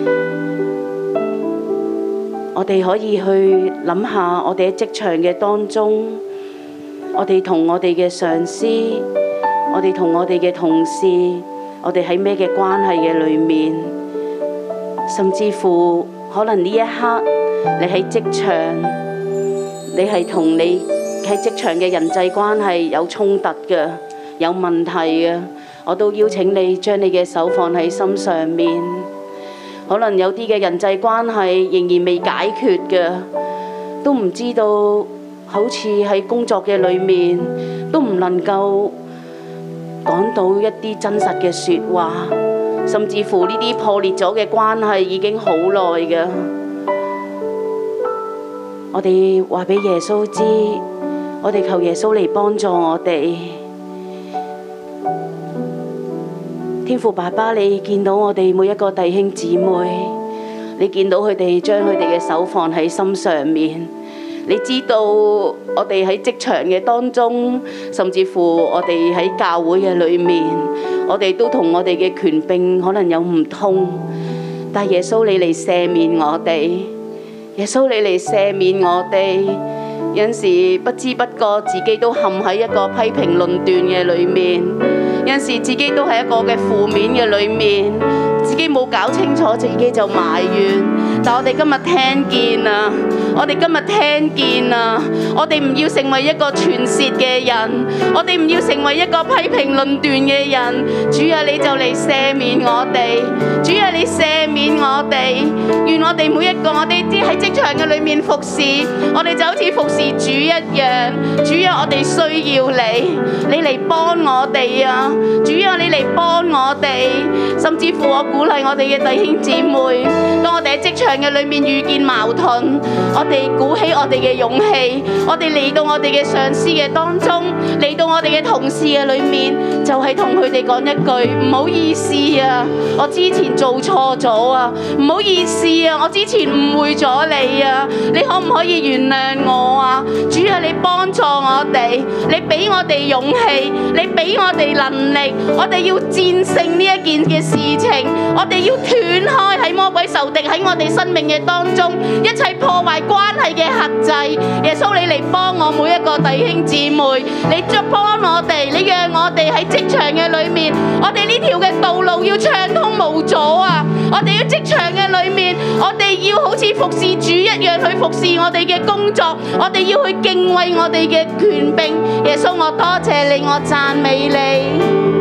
我哋可以去諗下，我哋喺職場嘅當中，我哋同我哋嘅上司，我哋同我哋嘅同事，我哋喺咩嘅關係嘅裏面，甚至乎可能呢一刻你喺職場，你係同你喺職場嘅人際關係有衝突嘅，有問題嘅。 我都邀請你將你嘅手放喺心上面。可能有啲嘅人際關係仍然未解決嘅，都唔知道，好似喺工作嘅裏面都唔能夠講到一啲真實嘅説話，甚至乎呢啲破裂咗嘅關係已經好耐嘅。我哋話俾耶穌知，我哋求耶穌嚟幫助我哋。天父爸爸，你見到我哋每一個弟兄姊妹，你見到佢哋將佢哋嘅手放喺心上面，你知道我哋喺職場嘅當中，甚至乎我哋喺教會嘅裏面，我哋都同我哋嘅權柄可能有唔通，但耶穌你嚟赦免我哋，耶穌你嚟赦免我哋。有陣時不知不覺自己都陷喺一個批評論斷嘅裏面，有陣時自己都係一個嘅負面嘅裏面，自己冇搞清楚自己就埋怨。但我哋今日聽見啊，我哋今日聽見啊，我哋唔要成為一個傳舌嘅人，我哋唔要成為一個批評論斷嘅人。主啊，你就嚟赦免我哋，主啊，你赦免我哋。願我哋每一個，我哋啲喺職場嘅裏面服侍，我哋就好似服侍主一樣。主啊，我哋需要你嚟幫我哋啊！主啊，你嚟幫我哋。甚至乎我鼓勵我哋嘅弟兄姊妹，當我哋喺職場嘅裏面遇見矛盾，我哋鼓起我哋嘅勇氣，我哋嚟到我哋嘅上司嘅當中，嚟到我哋嘅同事嘅裏面，就係同佢哋講一句唔好意思啊，我之前做錯咗啊，唔好意思啊，我之前誤會咗你啊，你可唔可以原諒我啊？主啊，你幫助我哋，你俾我哋勇氣，你俾我哋能力，我哋要戰勝呢一件嘅事情，我哋要斷開喺魔鬼仇敵喺我哋生命嘅當中一切破壞關係嘅轄制。耶穌，你嚟幫我每一個弟兄姊妹，你再幫我哋，你讓我哋喺職場嘅裏面，我哋呢條嘅道路要暢通無阻啊！我哋要職場嘅裏面，我哋要好似服侍主一樣去服侍我哋嘅工作，我哋要去敬畏我哋嘅權柄。耶穌，我多謝你，我讚美你。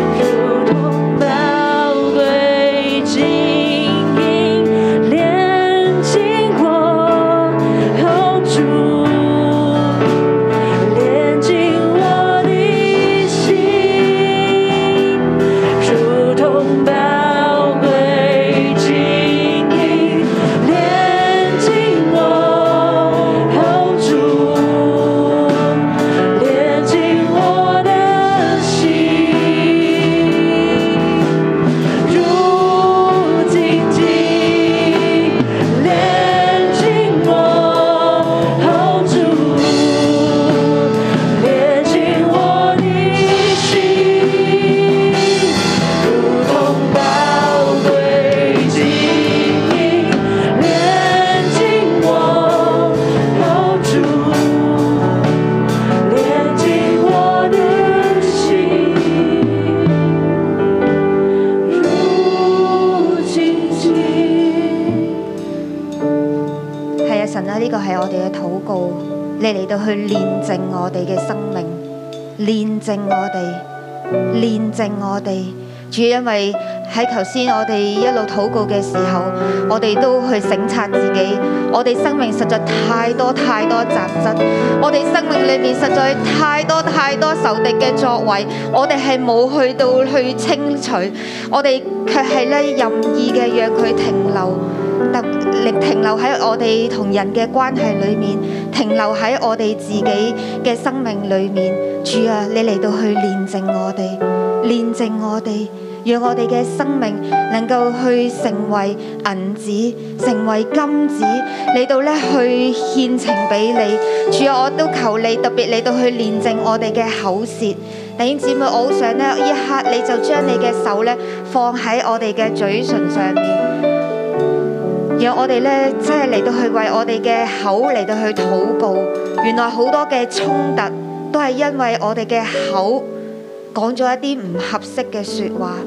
你嚟到去煉淨我哋嘅生命，煉淨我哋，煉淨我哋。主，因為喺頭先我哋一路禱告嘅時候，我哋都去省察自己，我哋生命實在太多太多雜質，我哋生命裏面實在太多太多仇敵嘅作為，我哋係冇去到去清除，我哋卻係咧任意嘅讓佢停留。停留喺我哋同人嘅關係裏面，停留喺我哋自己嘅生命裏面。主啊，你嚟到去煉淨我哋，煉淨我哋，讓我哋嘅生命能夠去成為銀子，成為金子，嚟到咧去獻呈俾你。主啊，我都求你特別嚟到去煉淨我哋嘅口舌。弟兄姊妹，我好想呢一刻你就將你嘅手咧放喺我哋嘅嘴唇上面。讓我哋咧，真係嚟到去為我哋嘅口嚟到去禱告。原來好多嘅衝突都係因為我哋嘅口講咗一啲唔合適嘅說話，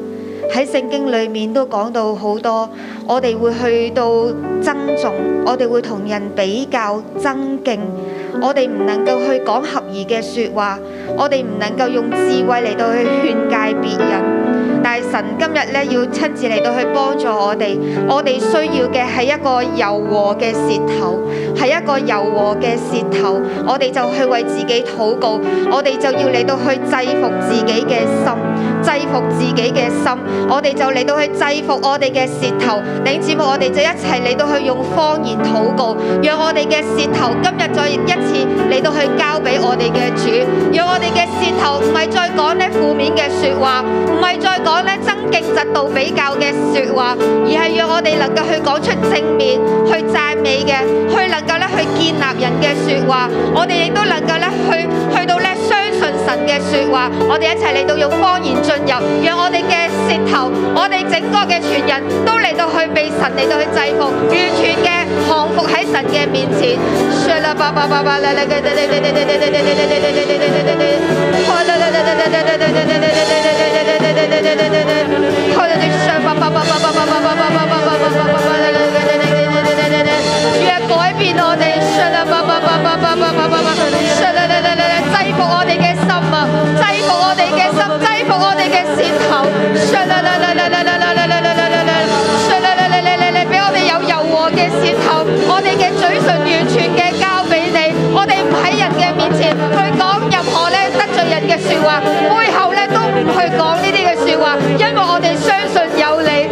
喺聖經裏面都講到好多，我哋會去到爭訟，我哋會同人比較爭競，我哋唔能夠去講合宜嘅説話，我哋唔能夠用智慧嚟到去勸戒別人。但係神今日咧要親自嚟到去幫助我哋需要嘅係一個柔和嘅舌頭，係一個柔和嘅舌頭，我哋就去為自己禱告，我哋就要嚟到去制服自己嘅心，制服自己嘅心，我哋就嚟到去制服我哋嘅舌頭。弟兄姊妹，我哋就一齊嚟到去用方言禱告，讓我哋嘅舌頭今日再一次嚟到去交俾我哋嘅主，讓我哋嘅舌頭唔係再講咧負面嘅説話，唔係再講咧爭競嫉妒比較嘅説話，而係讓我哋能夠去講出正面、去讚美嘅，去能夠咧去建立人嘅説話。我哋亦都能夠咧去到咧相信神嘅説話。我哋一齊嚟到用方言進入，讓我哋嘅舌頭，我哋整個嘅全人都嚟到去被神嚟到去制服，完全嘅降服喺神嘅面前。改變我哋，制服我哋嘅心啊！制服我哋嘅心，制服我哋嘅舌頭。俾我哋有柔和嘅舌頭，我哋嘅嘴唇完全嘅交俾你。我哋唔喺人嘅面前去講任何咧得罪人嘅説話，背後咧都唔去講呢啲嘅説話，因為我哋相信有你。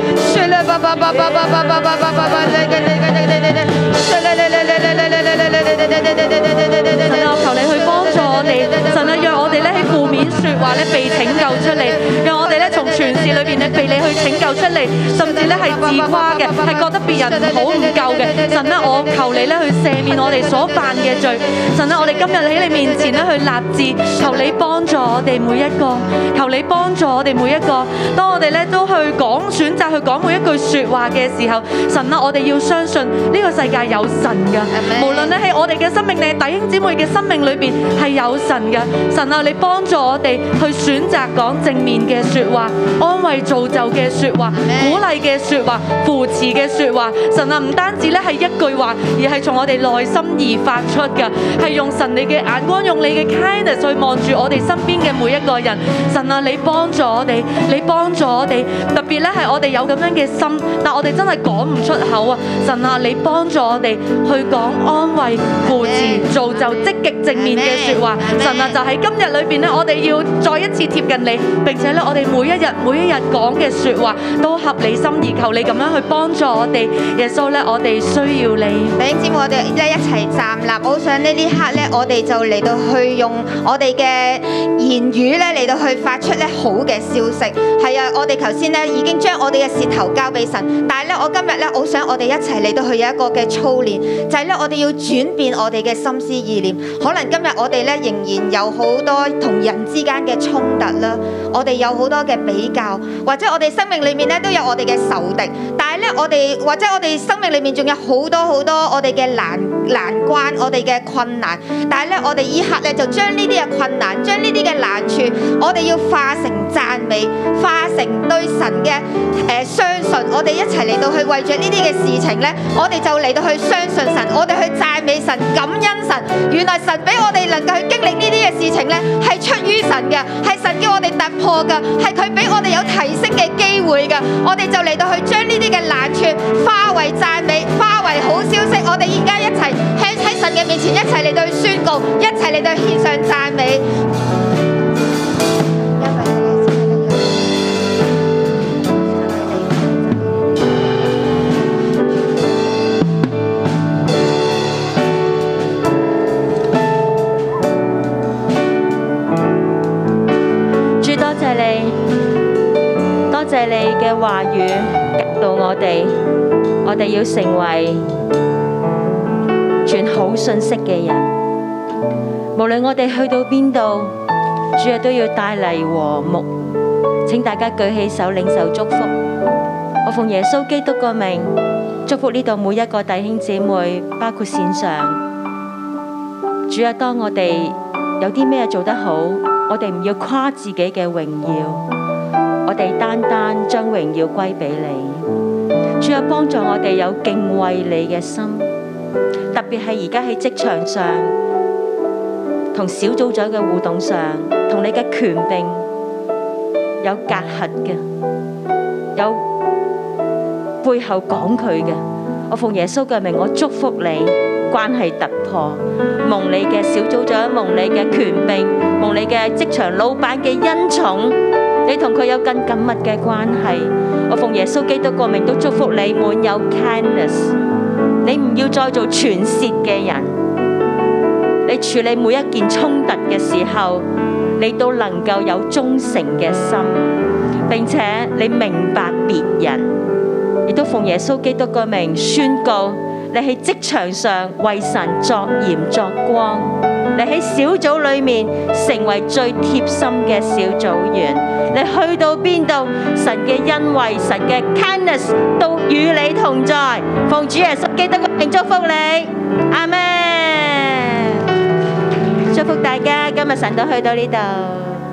神啊，求你去幫助我哋，神啊，讓我哋咧喺負面説話咧被拯救出嚟，讓我哋咧從傳事裏邊咧被你去拯救出嚟，甚至咧係自誇嘅，係覺得別人好唔夠嘅。神啊，我求你咧去赦免我哋所犯嘅罪。神啊，我哋今日喺你面前咧去立志，求你幫助我哋每一個，求你幫助我哋每一個。當我哋咧都去選擇去講每一句説話嘅時候，神啊，我哋要相信呢個世界有神㗎，無論咧喺我哋嘅生命定係弟兄姊妹嘅生命裏邊係有神㗎。神啊，你幫助我哋去選擇講正面嘅説話，安慰造就嘅説話，鼓勵嘅説話，扶持嘅説話。神啊，唔單止咧係一句話，而係從我哋內心而發出㗎，係用神你嘅眼光，用你嘅 kindness 去望住我哋身邊嘅每一個人。神啊，你幫助我哋，你幫助我哋，特別咧係我哋有咁樣嘅心，但我哋真係講唔出口啊！神啊，你幫助我哋去講安慰、扶持、造就、積極正面嘅説話。神啊，就喺今日裏邊咧，我哋要再一次貼近你，並且咧我哋每一日講嘅説話都合你心意，求你咁樣去幫助我哋。耶穌咧，我哋需要你。 弟兄姊妹，我哋咧一齊站立，好想呢刻咧，我哋就嚟到去用我哋嘅言語咧嚟到去發出咧好嘅消息。係啊，我哋頭先咧已經將我哋嘅舌頭交俾神，但係咧我今日咧好想我哋一齊嚟到去有一個嘅操練，就係咧我哋要轉變我哋嘅心思意念。可能今日我哋咧仍然有好多同人之間嘅衝突啦，我哋有好多嘅比較，或者我哋生命裏面咧都有我哋嘅仇敵，但係咧我哋或者我哋生命裏面仲有好多我哋嘅難關，我哋嘅困難，但係咧我哋依刻咧就將呢啲嘅困難，將呢啲嘅難處，我哋要化成讚美，化成對神嘅相信。我哋一齊嚟到去為着呢啲嘅事情咧，我哋就嚟到去相信神，我哋去讚美神，感恩神。原來神俾我哋能夠去經歷呢啲嘅事情咧，係出於神嘅，係神叫我哋突破嘅，係佢俾我哋有提升嘅機會嘅。我哋就嚟到去將呢啲嘅難處化為讚美，化為好消息。我哋而家一齊喺神嘅面前一齊嚟到去宣告，一齊嚟到獻上讚美。 多謝你嘅話語教導我哋要成為傳好信息嘅人。無論我哋去到邊度，主啊都要帶嚟和睦。請大家舉起手領受祝福。我奉耶穌基督個名祝福呢度每一個弟兄姊妹，包括線上。主啊，當我哋有啲咩做得好，我哋唔要誇自己嘅榮耀。 我哋單單將榮耀歸俾你。主啊，幫助我哋有敬畏你嘅心，特別係而家喺職場上，同小組長嘅互動上，同你嘅權柄有隔閡嘅，有背後講佢嘅。我奉耶穌嘅名，我祝福你關係突破，蒙你嘅小組長，蒙你嘅權柄，蒙你嘅職場老闆嘅恩寵，你同佢有更緊密嘅關係。我奉耶穌基督個名都祝福你滿有 kindness， 你唔要再做傳舌嘅人，你處理每一件衝突嘅時候，你都能夠有忠誠嘅心，並且你明白別人。亦都奉耶穌基督個名宣告，你喺職場上為神作鹽作光，你喺小組裏面成為最貼心嘅小組員，你去到邊度，神嘅恩惠、神嘅 kindness 都與你同在。奉主耶穌基督個名祝福你，阿們。祝福大家，今日神都去到呢度。